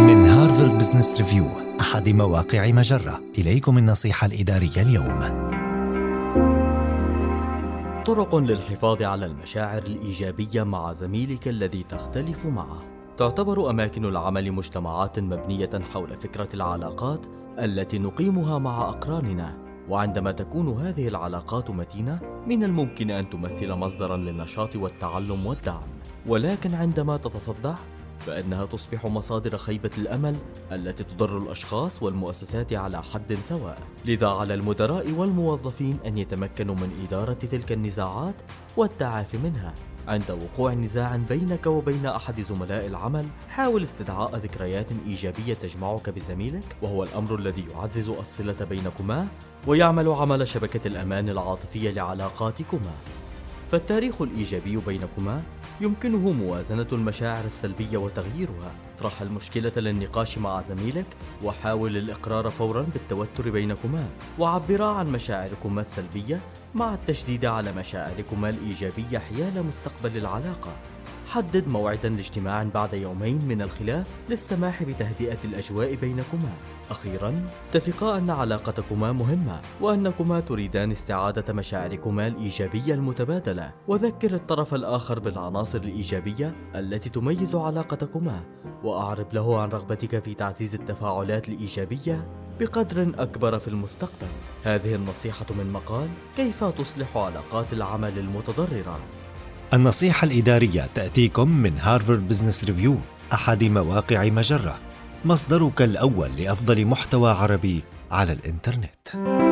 من هارفارد بزنس ريفيو، أحد مواقع مجرة، إليكم النصيحة الإدارية اليوم. طرق للحفاظ على المشاعر الإيجابية مع زميلك الذي تختلف معه. تعتبر أماكن العمل مجتمعات مبنية حول فكرة العلاقات التي نقيمها مع أقراننا، وعندما تكون هذه العلاقات متينة من الممكن أن تمثل مصدرا للنشاط والتعلم والدعم، ولكن عندما تتصدع فإنها تصبح مصادر خيبة الأمل التي تضر الأشخاص والمؤسسات على حد سواء. لذا على المدراء والموظفين أن يتمكنوا من إدارة تلك النزاعات والتعافي منها. عند وقوع نزاع بينك وبين أحد زملاء العمل، حاول استدعاء ذكريات إيجابية تجمعك بزميلك، وهو الأمر الذي يعزز الصلة بينكما ويعمل عمل شبكة الأمان العاطفية لعلاقاتكما. فالتاريخ الإيجابي بينكما يمكنه موازنة المشاعر السلبية وتغييرها. اطرح المشكلة للنقاش مع زميلك، وحاول الإقرار فورا بالتوتر بينكما، وعبرا عن مشاعركما السلبية مع التشديد على مشاعركما الإيجابية حيال مستقبل العلاقة. حدد موعدا لاجتماع بعد يومين من الخلاف للسماح بتهدئة الأجواء بينكما. أخيرا، اتفقا أن علاقتكما مهمة وأنكما تريدان استعادة مشاعركما الإيجابية المتبادلة، وذكر الطرف الآخر بالعناصر الإيجابية التي تميز علاقتكما، وأعرب له عن رغبتك في تعزيز التفاعلات الإيجابية بقدر أكبر في المستقبل. هذه النصيحة من مقال كيف تصلح علاقات العمل المتضررة. النصيحة الإدارية تأتيكم من هارفارد بزنس ريفيو، أحد مواقع مجرة، مصدرك الأول لأفضل محتوى عربي على الإنترنت.